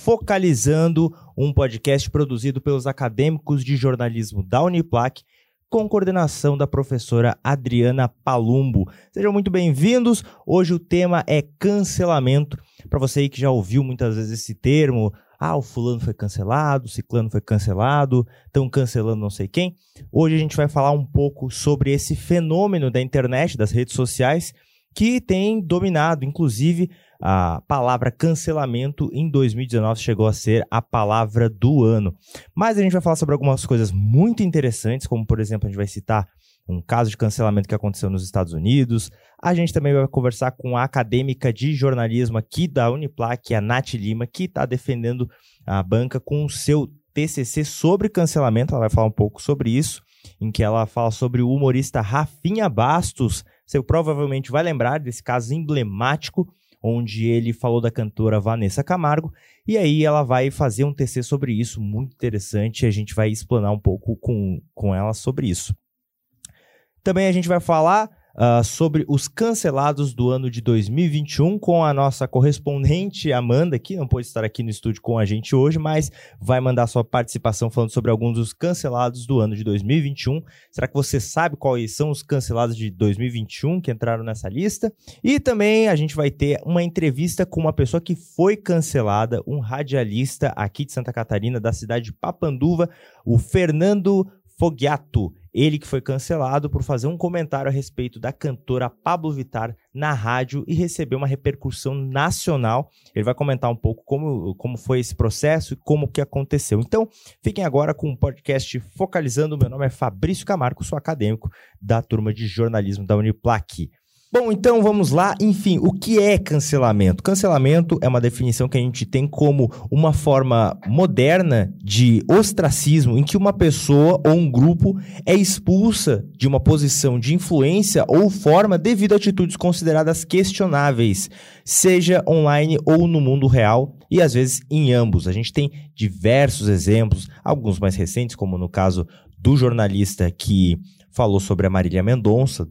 Focalizando, um podcast produzido pelos acadêmicos de jornalismo da Uniplac, com coordenação da professora Adriana Palumbo. Sejam muito bem-vindos. Hoje o tema é cancelamento. Para você aí que já ouviu muitas vezes esse termo, o fulano foi cancelado, o ciclano foi cancelado, estão cancelando não sei quem. Hoje a gente vai falar um pouco sobre esse fenômeno da internet, das redes sociais, que tem dominado, inclusive, a palavra cancelamento em 2019 chegou a ser a palavra do ano. Mas a gente vai falar sobre algumas coisas muito interessantes, como, por exemplo, a gente vai citar um caso de cancelamento que aconteceu nos Estados Unidos. A gente também vai conversar com a acadêmica de jornalismo aqui da Uniplac, a Nath Lima, que está defendendo a banca com o seu TCC sobre cancelamento. Ela vai falar um pouco sobre isso, em que ela fala sobre o humorista Rafinha Bastos. Você provavelmente vai lembrar desse caso emblemático, onde ele falou da cantora Vanessa Camargo, e aí ela vai fazer um TCC sobre isso, muito interessante, e a gente vai explanar um pouco com ela sobre isso. Também a gente vai falar sobre os cancelados do ano de 2021 com a nossa correspondente Amanda, que não pôde estar aqui no estúdio com a gente hoje, mas vai mandar sua participação falando sobre alguns dos cancelados do ano de 2021. Será que você sabe quais são os cancelados de 2021 que entraram nessa lista? E também a gente vai ter uma entrevista com uma pessoa que foi cancelada, um radialista aqui de Santa Catarina, da cidade de Papanduva, o Fernando Foggiato. Ele que foi cancelado por fazer um comentário a respeito da cantora Pablo Vittar na rádio e recebeu uma repercussão nacional. Ele vai comentar um pouco como foi esse processo e como que aconteceu. Então, fiquem agora com o podcast Focalizando. Meu nome é Fabrício Camargo, sou acadêmico da turma de jornalismo da Uniplac. Bom, então vamos lá. Enfim, o que é cancelamento? Cancelamento é uma definição que a gente tem como uma forma moderna de ostracismo em que uma pessoa ou um grupo é expulsa de uma posição de influência ou forma devido a atitudes consideradas questionáveis, seja online ou no mundo real, e às vezes em ambos. A gente tem diversos exemplos, alguns mais recentes, como no caso do jornalista que falou sobre a Marília Mendonça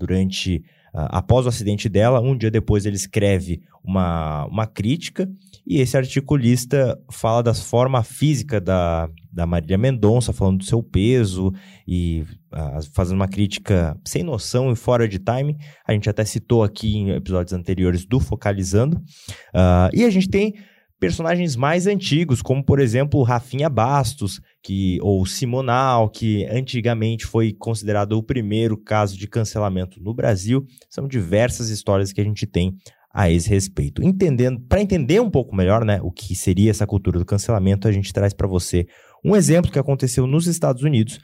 após o acidente dela. Um dia depois ele escreve uma crítica, e esse articulista fala da forma física da Marília Mendonça, falando do seu peso e fazendo uma crítica sem noção e fora de time. A gente até citou aqui em episódios anteriores do Focalizando. E a gente tem personagens mais antigos, como, por exemplo, o Rafinha Bastos, ou Simonal, que antigamente foi considerado o primeiro caso de cancelamento no Brasil. São diversas histórias que a gente tem a esse respeito. Para entender um pouco melhor, né, o que seria essa cultura do cancelamento, a gente traz para você um exemplo que aconteceu nos Estados Unidos,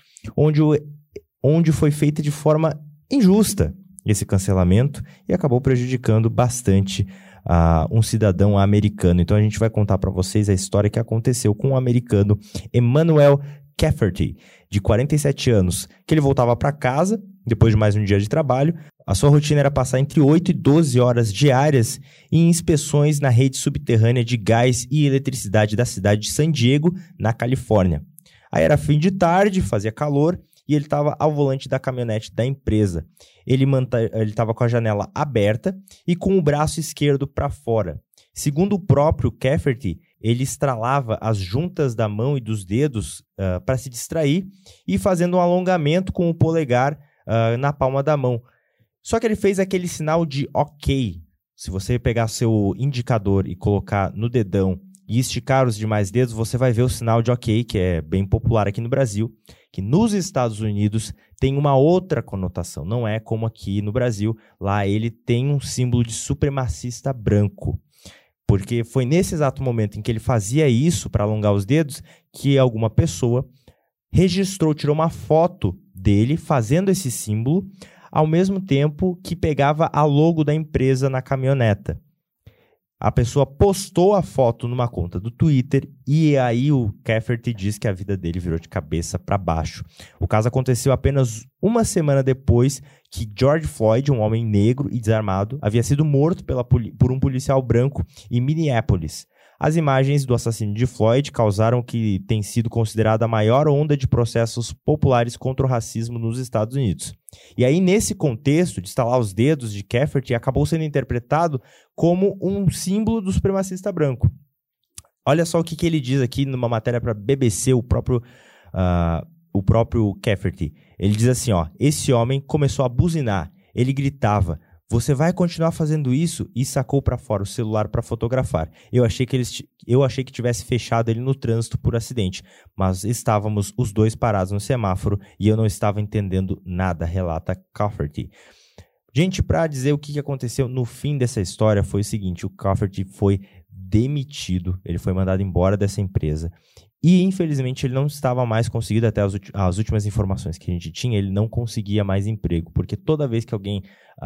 onde foi feita de forma injusta esse cancelamento e acabou prejudicando bastante um cidadão americano. Então a gente vai contar para vocês a história que aconteceu com o americano Emmanuel Cafferty, de 47 anos, que ele voltava para casa depois de mais um dia de trabalho. A sua rotina era passar entre 8 e 12 horas diárias em inspeções na rede subterrânea de gás e eletricidade da cidade de San Diego, na Califórnia. Aí era fim de tarde, fazia calor, e ele estava ao volante da caminhonete da empresa. Ele estava com a janela aberta e com o braço esquerdo para fora. Segundo o próprio Cafferty, ele estralava as juntas da mão e dos dedos para se distrair e fazendo um alongamento com o polegar na palma da mão. Só que ele fez aquele sinal de OK. Se você pegar seu indicador e colocar no dedão e esticar os demais dedos, você vai ver o sinal de OK, que é bem popular aqui no Brasil, que nos Estados Unidos tem uma outra conotação. Não é como aqui no Brasil. Lá ele tem um símbolo de supremacista branco. Porque foi nesse exato momento em que ele fazia isso para alongar os dedos que alguma pessoa tirou uma foto dele fazendo esse símbolo, ao mesmo tempo que pegava a logo da empresa na caminhoneta. A pessoa postou a foto numa conta do Twitter e aí o Cafferty diz que a vida dele virou de cabeça para baixo. O caso aconteceu apenas uma semana depois que George Floyd, um homem negro e desarmado, havia sido morto por um policial branco em Minneapolis. As imagens do assassino de Floyd causaram o que tem sido considerada a maior onda de processos populares contra o racismo nos Estados Unidos. E aí, nesse contexto de estalar os dedos de Cafferty, acabou sendo interpretado como um símbolo do supremacista branco. Olha só o que ele diz aqui numa matéria para BBC, o próprio Cafferty. Ele diz assim, ó, esse homem começou a buzinar, ele gritava, você vai continuar fazendo isso? E sacou para fora o celular para fotografar. Eu achei que tivesse fechado ele no trânsito por acidente, mas estávamos os dois parados no semáforo e eu não estava entendendo nada, relata Cafferty. Gente, para dizer o que aconteceu no fim dessa história foi o seguinte, o Cafferty foi demitido, ele foi mandado embora dessa empresa. E, infelizmente, ele não estava mais conseguindo, até as últimas informações que a gente tinha, ele não conseguia mais emprego, porque toda vez que alguém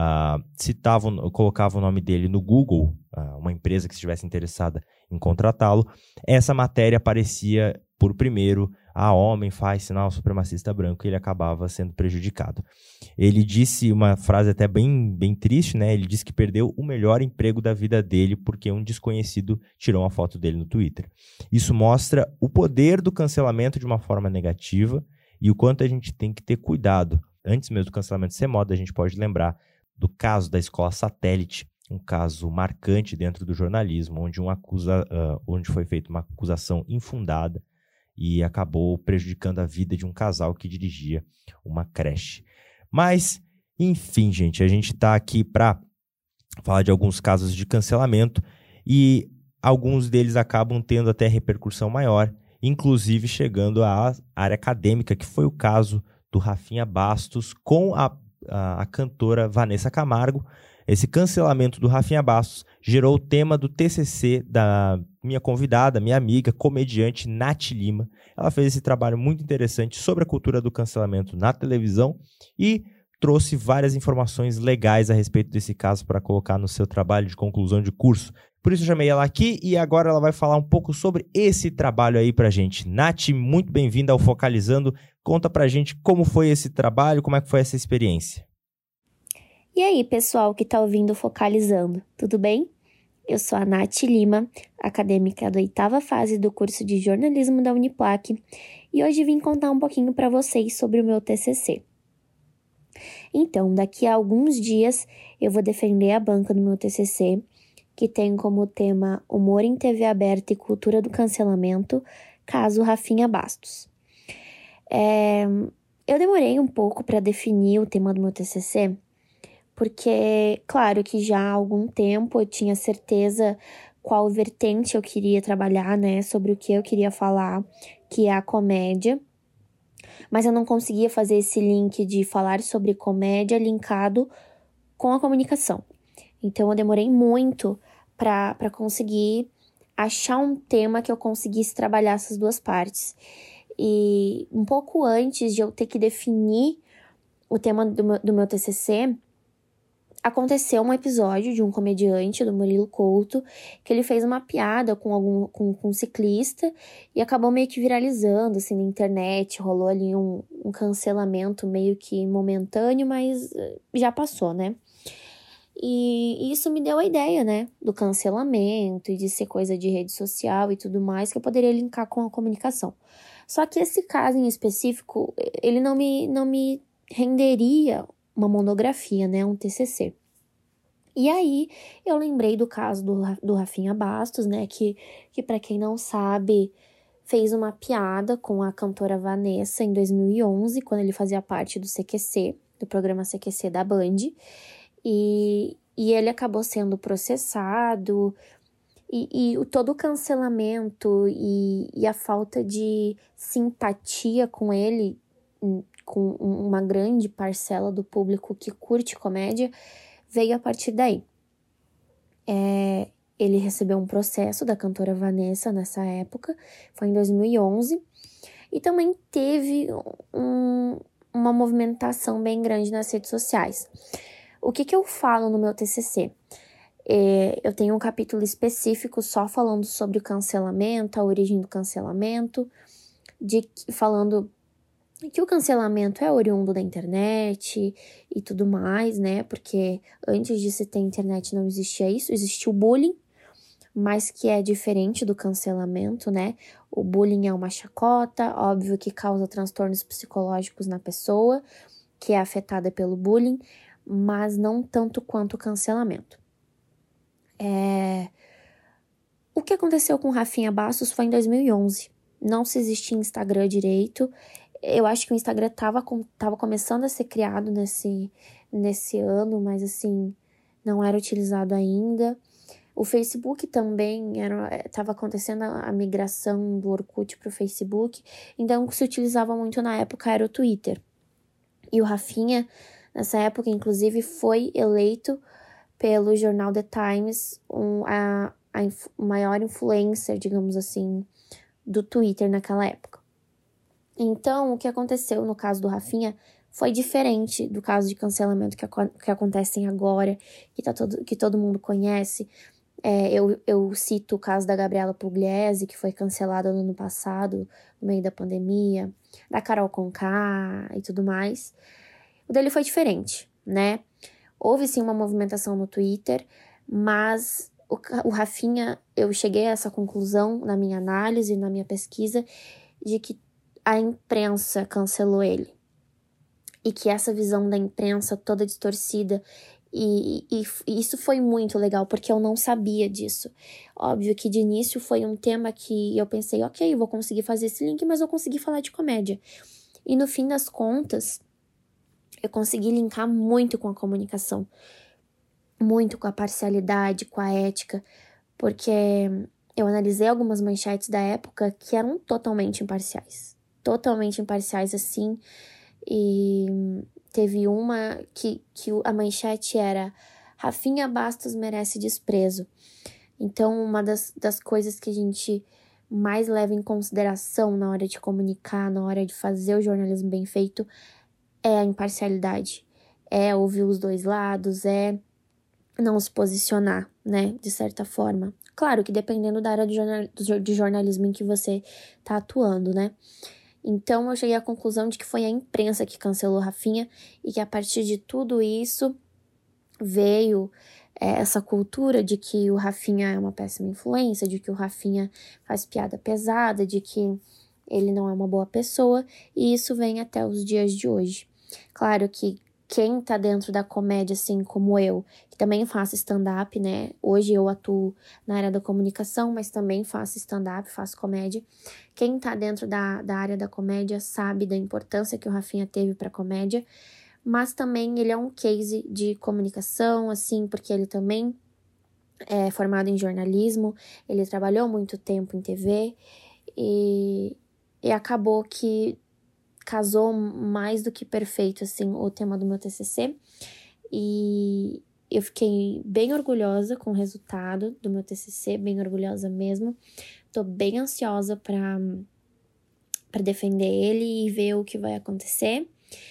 colocava o nome dele no Google, uma empresa que estivesse interessada em contratá-lo, essa matéria aparecia por primeiro, homem faz sinal supremacista branco, e ele acabava sendo prejudicado. Ele disse uma frase até bem, bem triste, né? Ele disse que perdeu o melhor emprego da vida dele porque um desconhecido tirou uma foto dele no Twitter. Isso mostra o poder do cancelamento de uma forma negativa e o quanto a gente tem que ter cuidado. Antes mesmo do cancelamento ser moda, a gente pode lembrar do caso da Escola Satélite, um caso marcante dentro do jornalismo, onde foi feita uma acusação infundada e acabou prejudicando a vida de um casal que dirigia uma creche. Mas, enfim, gente, a gente está aqui para falar de alguns casos de cancelamento e alguns deles acabam tendo até repercussão maior, inclusive chegando à área acadêmica, que foi o caso do Rafinha Bastos com a cantora Vanessa Camargo. Esse cancelamento do Rafinha Bastos gerou o tema do TCC da minha convidada, minha amiga, comediante Nath Lima. Ela fez esse trabalho muito interessante sobre a cultura do cancelamento na televisão e trouxe várias informações legais a respeito desse caso para colocar no seu trabalho de conclusão de curso. Por isso eu chamei ela aqui e agora ela vai falar um pouco sobre esse trabalho aí pra gente. Nath, muito bem-vinda ao Focalizando. Conta pra gente como foi esse trabalho, como é que foi essa experiência. E aí, pessoal que está ouvindo Focalizando, tudo bem? Eu sou a Nath Lima, acadêmica da 8ª fase do curso de jornalismo da Uniplac, e hoje vim contar um pouquinho para vocês sobre o meu TCC. Então, daqui a alguns dias eu vou defender a banca do meu TCC, que tem como tema Humor em TV aberta e cultura do cancelamento, caso Rafinha Bastos. Eu demorei um pouco para definir o tema do meu TCC, porque, claro que já há algum tempo eu tinha certeza qual vertente eu queria trabalhar, né, sobre o que eu queria falar, que é a comédia, mas eu não conseguia fazer esse link de falar sobre comédia linkado com a comunicação. Então eu demorei muito para conseguir achar um tema que eu conseguisse trabalhar essas duas partes. E um pouco antes de eu ter que definir o tema do meu TCC, aconteceu um episódio de um comediante, do Murilo Couto, que ele fez uma piada com um ciclista e acabou meio que viralizando, assim, na internet. Rolou ali um cancelamento meio que momentâneo, mas já passou, né? E isso me deu a ideia, né, do cancelamento e de ser coisa de rede social e tudo mais, que eu poderia linkar com a comunicação. Só que esse caso em específico, ele não me renderia uma monografia, né, um TCC. E aí, eu lembrei do caso do Rafinha Bastos, né, que para quem não sabe, fez uma piada com a cantora Vanessa em 2011, quando ele fazia parte do CQC, do programa CQC da Band, e ele acabou sendo processado, e todo o cancelamento e a falta de simpatia com ele, com uma grande parcela do público que curte comédia, veio a partir daí. Ele recebeu um processo da cantora Vanessa nessa época, foi em 2011, e também teve uma movimentação bem grande nas redes sociais. O que eu falo no meu TCC? Eu tenho um capítulo específico só falando sobre o cancelamento, a origem do cancelamento, falando que o cancelamento é oriundo da internet e tudo mais, né? Porque antes de se ter internet não existia isso, existia o bullying, mas que é diferente do cancelamento, né? O bullying é uma chacota, óbvio que causa transtornos psicológicos na pessoa que é afetada pelo bullying, mas não tanto quanto o cancelamento. O que aconteceu com Rafinha Bastos foi em 2011. Não se existia Instagram direito. Eu acho que o Instagram tava começando a ser criado nesse ano, mas assim, não era utilizado ainda. O Facebook também estava acontecendo a migração do Orkut para o Facebook, então o que se utilizava muito na época era o Twitter. E o Rafinha, nessa época, inclusive, foi eleito pelo jornal The Times o maior influencer, digamos assim, do Twitter naquela época. Então, o que aconteceu no caso do Rafinha foi diferente do caso de cancelamento que acontecem agora, que todo mundo conhece. Eu cito o caso da Gabriela Pugliese, que foi cancelada no ano passado, no meio da pandemia, da Carol Conká e tudo mais. O dele foi diferente, né? Houve sim uma movimentação no Twitter, mas o Rafinha, eu cheguei a essa conclusão na minha análise, na minha pesquisa, de que a imprensa cancelou ele. E que essa visão da imprensa toda distorcida. E isso foi muito legal, porque eu não sabia disso. Óbvio que de início foi um tema que eu pensei, ok, eu vou conseguir fazer esse link, mas eu consegui falar de comédia. E no fim das contas, eu consegui linkar muito com a comunicação, muito com a parcialidade, com a ética, porque eu analisei algumas manchetes da época que eram totalmente imparciais assim, e teve uma que a manchete era Rafinha Bastos merece desprezo. Então, uma das coisas que a gente mais leva em consideração na hora de comunicar, na hora de fazer o jornalismo bem feito, é a imparcialidade. É ouvir os dois lados, é não se posicionar, né, de certa forma. Claro que dependendo da área de jornalismo em que você tá atuando, né. Então, eu cheguei à conclusão de que foi a imprensa que cancelou Rafinha e que a partir de tudo isso veio essa cultura de que o Rafinha é uma péssima influência, de que o Rafinha faz piada pesada, de que ele não é uma boa pessoa, e isso vem até os dias de hoje. Claro que quem tá dentro da comédia, assim como eu, que também faço stand-up, né? Hoje eu atuo na área da comunicação, mas também faço stand-up, faço comédia. Quem tá dentro da área da comédia sabe da importância que o Rafinha teve pra comédia, mas também ele é um case de comunicação, assim, porque ele também é formado em jornalismo, ele trabalhou muito tempo em TV e acabou que casou mais do que perfeito, assim, o tema do meu TCC, e eu fiquei bem orgulhosa com o resultado do meu TCC, bem orgulhosa mesmo. Tô bem ansiosa para defender ele e ver o que vai acontecer.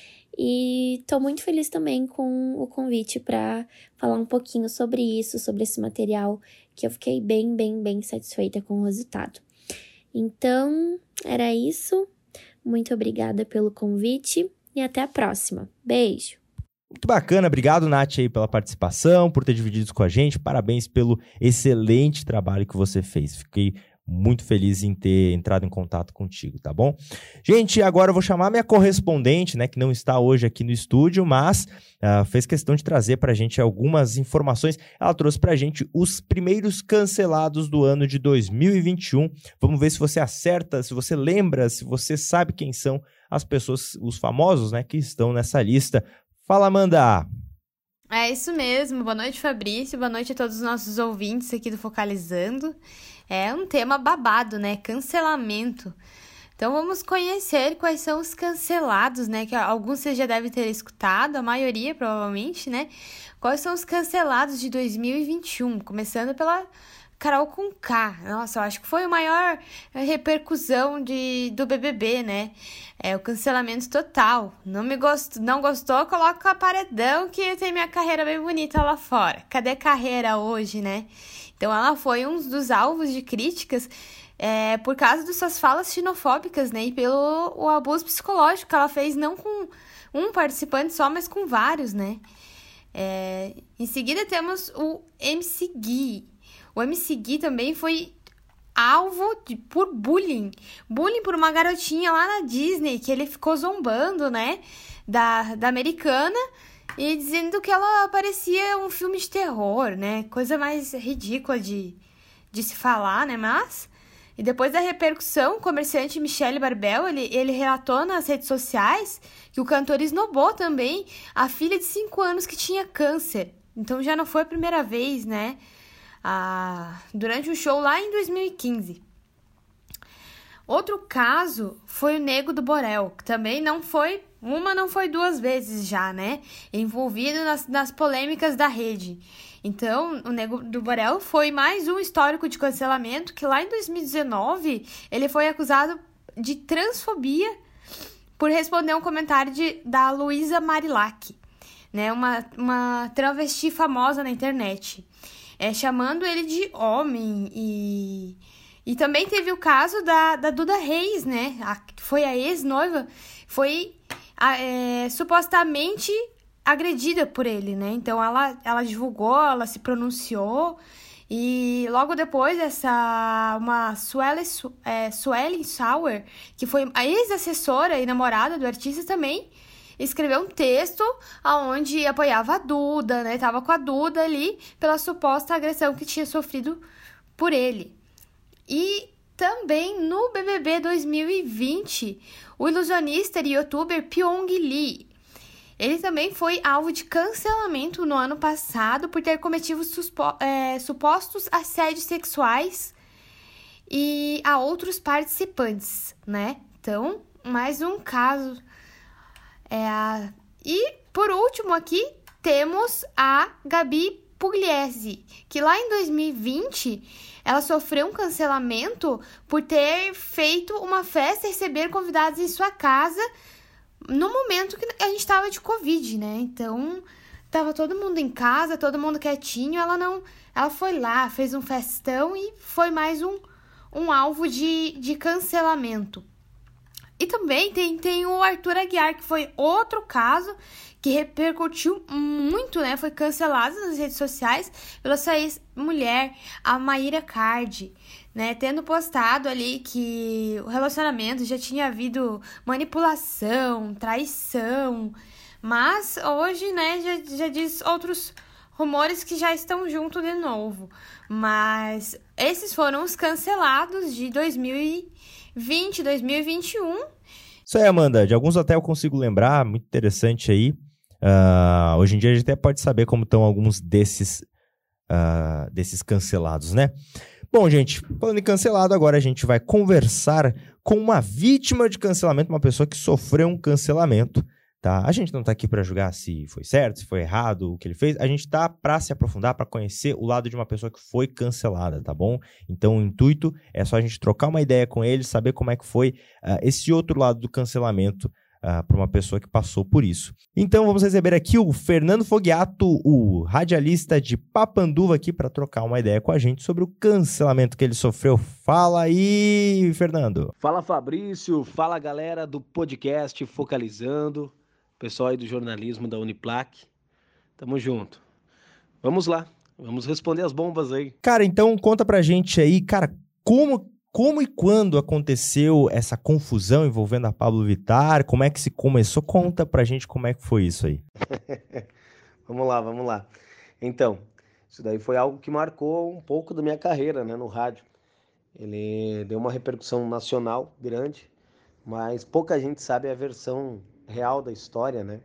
E tô muito feliz também com o convite para falar um pouquinho sobre isso, sobre esse material, que eu fiquei bem satisfeita com o resultado. Então, era isso. Muito obrigada pelo convite e até a próxima. Beijo! Muito bacana, obrigado, Nath, aí pela participação, por ter dividido isso com a gente. Parabéns pelo excelente trabalho que você fez. Fiquei muito feliz em ter entrado em contato contigo, tá bom? Gente, agora eu vou chamar minha correspondente, né, que não está hoje aqui no estúdio, mas fez questão de trazer pra gente algumas informações. Ela trouxe pra gente os primeiros cancelados do ano de 2021. Vamos ver se você acerta, se você lembra, se você sabe quem são as pessoas, os famosos, né, que estão nessa lista. Fala, Amanda! É isso mesmo. Boa noite, Fabrício. Boa noite a todos os nossos ouvintes aqui do Focalizando. É um tema babado, né? Cancelamento. Então, vamos conhecer quais são os cancelados, né? Que alguns você já deve ter escutado, a maioria, provavelmente, né? Quais são os cancelados de 2021? Começando pela Carol Conká. Nossa, eu acho que foi a maior repercussão do BBB, né? É o cancelamento total. Não gostou? Coloca a paredão que tem minha carreira bem bonita lá fora. Cadê carreira hoje, né? Então, ela foi um dos alvos de críticas por causa de suas falas xenofóbicas, né? E pelo o abuso psicológico que ela fez, não com um participante só, mas com vários, né? Em seguida, temos o MC Gui. O MC Gui também foi alvo por bullying. Bullying por uma garotinha lá na Disney, que ele ficou zombando, né? Da americana e dizendo que ela parecia um filme de terror, né? Coisa mais ridícula de de se falar, né? Mas, e depois da repercussão, o comerciante Michele Barbel, ele relatou nas redes sociais que o cantor esnobou também a filha de 5 anos que tinha câncer. Então já não foi a primeira vez, né? Durante um show lá em 2015. Outro caso foi o Nego do Borel, que também não foi 2 vezes já, né? Envolvido nas polêmicas da rede. Então, o Nego do Borel foi mais um histórico de cancelamento, que lá em 2019 ele foi acusado de transfobia por responder um comentário da Luísa Marilac, né? Uma travesti famosa na internet, chamando ele de homem. E também teve o caso da Duda Reis, né? Que foi a ex-noiva, foi supostamente agredida por ele, né? Então ela divulgou, ela se pronunciou, e logo depois uma Suelen Sauer, que foi a ex-assessora e namorada do artista, também escreveu um texto onde apoiava a Duda, né? Tava com a Duda ali pela suposta agressão que tinha sofrido por ele. E também no BBB 2020, o ilusionista e youtuber Pyong Lee, ele também foi alvo de cancelamento no ano passado por ter cometido supostos assédios sexuais e a outros participantes, né? Então, mais um caso. E, por último aqui, temos a Gabi Pugliese, que lá em 2020 ela sofreu um cancelamento por ter feito uma festa e receber convidados em sua casa no momento que a gente estava de Covid, né? Então, tava todo mundo em casa, todo mundo quietinho, ela foi lá, fez um festão e foi mais um alvo de cancelamento. E também tem o Arthur Aguiar, que foi outro caso que repercutiu muito, né? Foi cancelado nas redes sociais pela sua ex-mulher, a Mayra Card, né? Tendo postado ali que o relacionamento já tinha havido manipulação, traição. Mas hoje, né, já diz outros rumores que já estão juntos de novo. Mas esses foram os cancelados de 2020, 2021. Isso aí, Amanda. De alguns até eu consigo lembrar, muito interessante aí. Hoje em dia a gente até pode saber como estão alguns desses cancelados, né? Bom, gente, falando em cancelado, agora a gente vai conversar com uma vítima de cancelamento, uma pessoa que sofreu um cancelamento, tá? A gente não tá aqui para julgar se foi certo, se foi errado, o que ele fez. A gente tá para se aprofundar, para conhecer o lado de uma pessoa que foi cancelada, tá bom? Então, o intuito é só a gente trocar uma ideia com ele, saber como é que foi esse outro lado do cancelamento para uma pessoa que passou por isso. Então, vamos receber aqui o Fernando Fogiato, o radialista de Papanduva, aqui para trocar uma ideia com a gente sobre o cancelamento que ele sofreu. Fala aí, Fernando. Fala, Fabrício. Fala, galera do podcast Focalizando. Pessoal aí do jornalismo da Uniplac. Tamo junto. Vamos lá. Vamos responder as bombas aí. Cara, então conta pra gente aí, cara, como e quando aconteceu essa confusão envolvendo a Pablo Vittar? Como é que se começou? Conta pra gente como é que foi isso aí. Vamos lá. Então, isso daí foi algo que marcou um pouco da minha carreira, né, no rádio. Ele deu uma repercussão nacional grande, mas pouca gente sabe a versão real da história, né?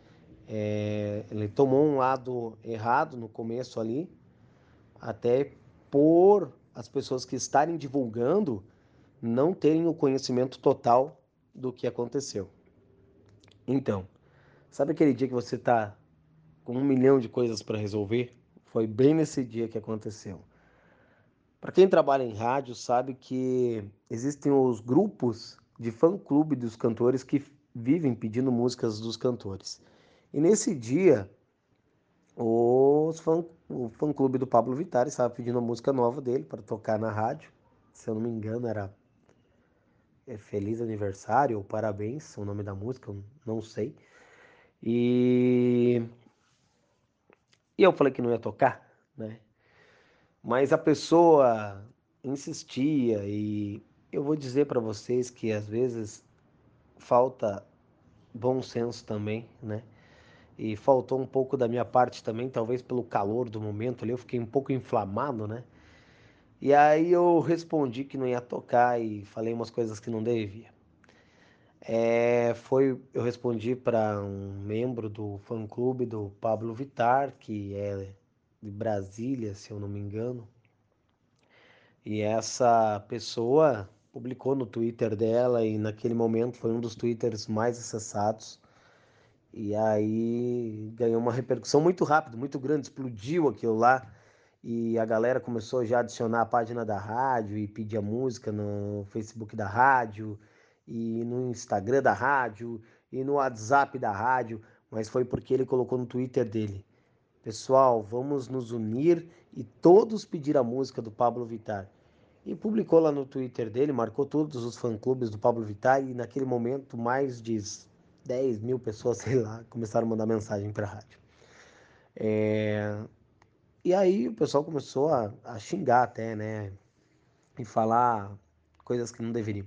Ele tomou um lado errado no começo ali, até por as pessoas que estarem divulgando não terem o conhecimento total do que aconteceu. Então, sabe aquele dia que você está com 1 milhão de coisas para resolver? Foi bem nesse dia que aconteceu. Para quem trabalha em rádio sabe que existem os grupos de fã-clube dos cantores que vivem pedindo músicas dos cantores. E nesse dia, o fã-clube do Pablo Vittar estava pedindo a música nova dele para tocar na rádio. Se eu não me engano, era Feliz Aniversário ou Parabéns, o nome da música, eu não sei. E eu falei que não ia tocar, né? Mas a pessoa insistia e eu vou dizer para vocês que às vezes falta bom senso também, né? E faltou um pouco da minha parte também, talvez pelo calor do momento ali, eu fiquei um pouco inflamado, né? E aí eu respondi que não ia tocar e falei umas coisas que não devia. Eu respondi para um membro do fã-clube do Pablo Vittar, que é de Brasília, se eu não me engano. E essa pessoa publicou no Twitter dela e naquele momento foi um dos Twitters mais acessados. E aí ganhou uma repercussão muito rápida, muito grande, explodiu aquilo lá. E a galera começou já a adicionar a página da rádio e pedir a música no Facebook da rádio, e no Instagram da rádio, e no WhatsApp da rádio. Mas foi porque ele colocou no Twitter dele: pessoal, vamos nos unir e todos pedir a música do Pablo Vittar. E publicou lá no Twitter dele, marcou todos os fã-clubes do Pablo Vittar, e naquele momento mais de 10 mil pessoas, sei lá, começaram a mandar mensagem para a rádio. E aí o pessoal começou a xingar até, né? E falar coisas que não deveriam.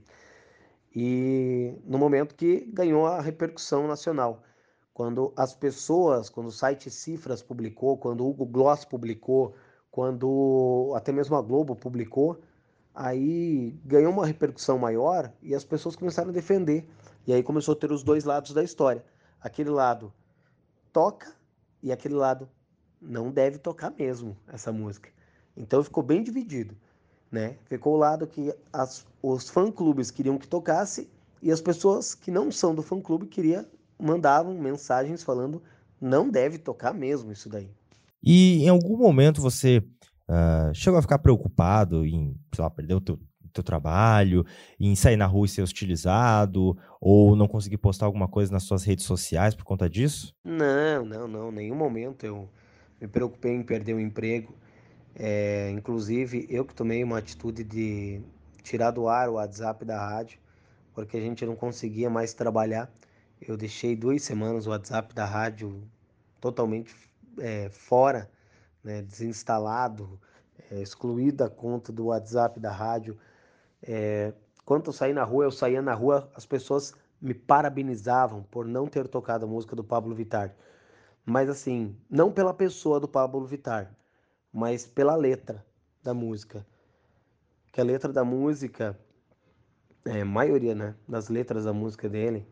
E no momento que ganhou a repercussão nacional, quando as pessoas, quando o site Cifras publicou, quando o Hugo Gloss publicou, quando até mesmo a Globo publicou, aí ganhou uma repercussão maior e as pessoas começaram a defender. E aí começou a ter os dois lados da história. Aquele lado toca e aquele lado não deve tocar mesmo essa música. Então ficou bem dividido, né? Ficou o lado que os fã-clubes queriam que tocasse e as pessoas que não são do fã-clube mandavam mensagens falando não deve tocar mesmo isso daí. E em algum momento você chegou a ficar preocupado em, sei lá, perder o teu trabalho, em sair na rua e ser hostilizado, ou não conseguir postar alguma coisa nas suas redes sociais por conta disso? Não, nenhum momento eu me preocupei em perder o emprego. Inclusive, eu que tomei uma atitude de tirar do ar o WhatsApp da rádio, porque a gente não conseguia mais trabalhar. Eu deixei 2 semanas o WhatsApp da rádio totalmente fora, né, desinstalado, excluída a conta do WhatsApp da rádio. Quando eu saía na rua, as pessoas me parabenizavam por não ter tocado a música do Pablo Vittar. Mas assim, não pela pessoa do Pablo Vittar, mas pela letra da música. Que a letra da música, a maioria, né, das letras da música dele,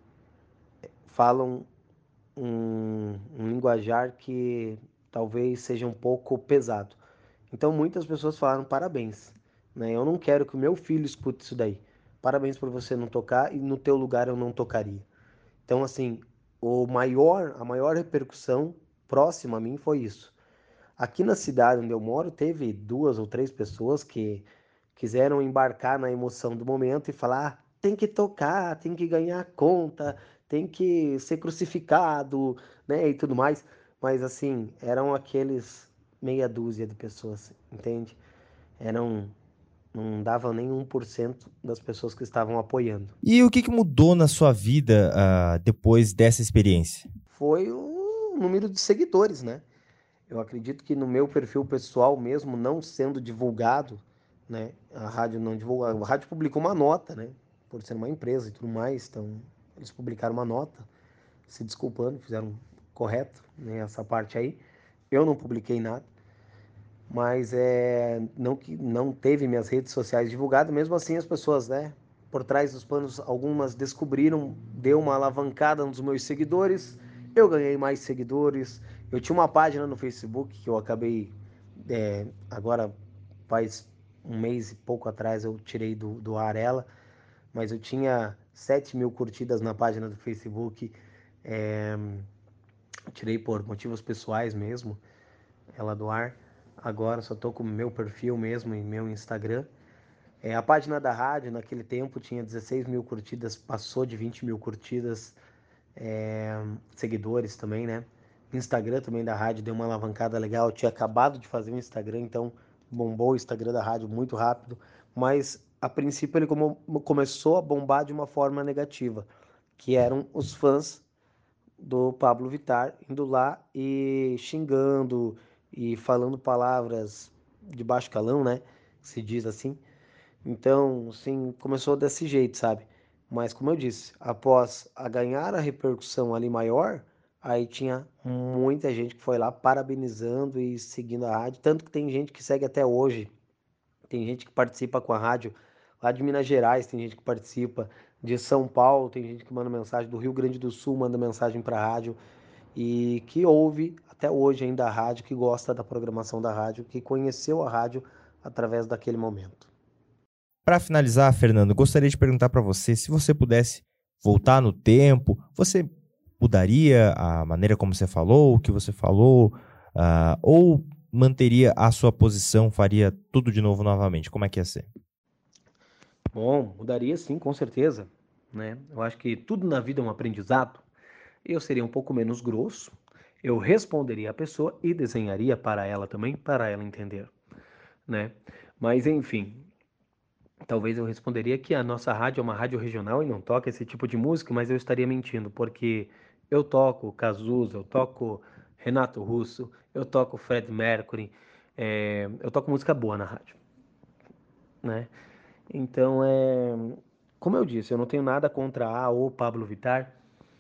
falam um linguajar que talvez seja um pouco pesado. Então muitas pessoas falaram parabéns, né? Eu não quero que o meu filho escute isso daí. Parabéns por você não tocar e no teu lugar eu não tocaria. Então assim, a maior repercussão próxima a mim foi isso. Aqui na cidade onde eu moro, teve 2 ou 3 pessoas que quiseram embarcar na emoção do momento e falar: ah, tem que tocar, tem que ganhar a conta, tem que ser crucificado, né, e tudo mais. Mas assim, eram aqueles meia dúzia de pessoas, entende? Eram, não dava nem 1% das pessoas que estavam apoiando. E o que mudou na sua vida depois dessa experiência? Foi o número de seguidores, né? Eu acredito que no meu perfil pessoal, mesmo não sendo divulgado, né, a rádio não divulgou, a rádio publicou uma nota, né, por ser uma empresa e tudo mais, então eles publicaram uma nota se desculpando, fizeram correto, né, essa parte aí. Eu não publiquei nada, mas não que não teve minhas redes sociais divulgadas, mesmo assim as pessoas, né, por trás dos panos, algumas descobriram, deu uma alavancada nos meus seguidores, eu ganhei mais seguidores. Eu tinha uma página no Facebook que eu acabei, agora faz um mês e pouco atrás eu tirei do ar ela, mas eu tinha 7 mil curtidas na página do Facebook, tirei por motivos pessoais mesmo, ela do ar. Agora só tô com o meu perfil mesmo e meu Instagram. A página da rádio naquele tempo tinha 16 mil curtidas, passou de 20 mil curtidas, seguidores também, né? O Instagram também da rádio deu uma alavancada legal. Eu tinha acabado de fazer um Instagram, então bombou o Instagram da rádio muito rápido. Mas a princípio ele começou a bombar de uma forma negativa, que eram os fãs do Pablo Vittar indo lá e xingando e falando palavras de baixo calão, né? Se diz assim. Então, sim, começou desse jeito, sabe? Mas como eu disse, após a ganhar a repercussão ali maior, aí tinha muita gente que foi lá parabenizando e seguindo a rádio, tanto que tem gente que segue até hoje, Tem gente que participa com a rádio lá de Minas Gerais, tem gente que participa de São Paulo, tem gente que manda mensagem do Rio Grande do Sul, manda mensagem para a rádio e que ouve até hoje ainda a rádio, que gosta da programação da rádio, que conheceu a rádio através daquele momento. Para finalizar, Fernando, gostaria de perguntar para você, se você pudesse voltar no tempo, você mudaria a maneira como você falou, o que você falou, ou manteria a sua posição, faria tudo de novo novamente? Como é que ia ser? Bom, mudaria sim, com certeza, né? Eu acho que tudo na vida é um aprendizado. Eu seria um pouco menos grosso, eu responderia a pessoa e desenharia para ela também, para ela entender, né? Mas enfim, talvez eu responderia que a nossa rádio é uma rádio regional e não toca esse tipo de música, mas eu estaria mentindo, porque eu toco Cazuza, eu toco Renato Russo, eu toco Fred Mercury, eu toco música boa na rádio, né? Então, como eu disse, eu não tenho nada contra o Pablo Vittar,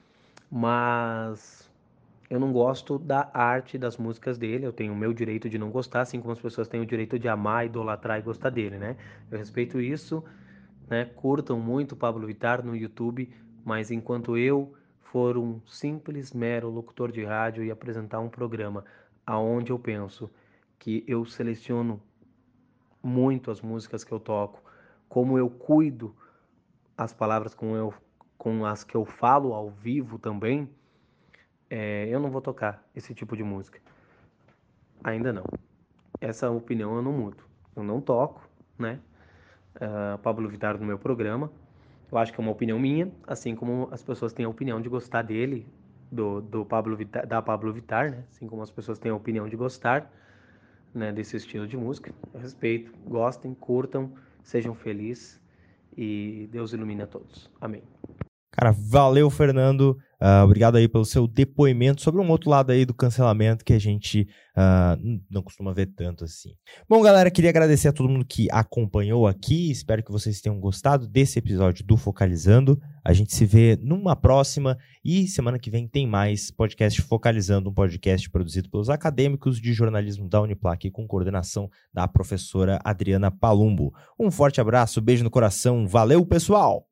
mas eu não gosto da arte das músicas dele, eu tenho o meu direito de não gostar, assim como as pessoas têm o direito de amar, idolatrar e gostar dele, né? Eu respeito isso, né? Curtam muito o Pablo Vittar no YouTube, mas enquanto eu for um simples, mero locutor de rádio e apresentar um programa aonde eu penso que eu seleciono muito as músicas que eu toco, como eu cuido as palavras com as que eu falo ao vivo também, eu não vou tocar esse tipo de música. Ainda não. Essa opinião eu não mudo. Eu não toco, né? Pablo Vittar no meu programa. Eu acho que é uma opinião minha, assim como as pessoas têm a opinião de gostar dele, do Pablo Vittar, da Pablo Vittar, né? Assim como as pessoas têm a opinião de gostar, né, desse estilo de música. Eu respeito, gostem, curtam, sejam felizes e Deus ilumine a todos. Amém. Cara, valeu, Fernando. Obrigado aí pelo seu depoimento sobre um outro lado aí do cancelamento que a gente não costuma ver tanto assim. Bom, galera, queria agradecer a todo mundo que acompanhou aqui. Espero que vocês tenham gostado desse episódio do Focalizando. A gente se vê numa próxima e semana que vem tem mais podcast Focalizando, um podcast produzido pelos acadêmicos de jornalismo da Uniplac com coordenação da professora Adriana Palumbo. Um forte abraço, beijo no coração. Valeu, pessoal!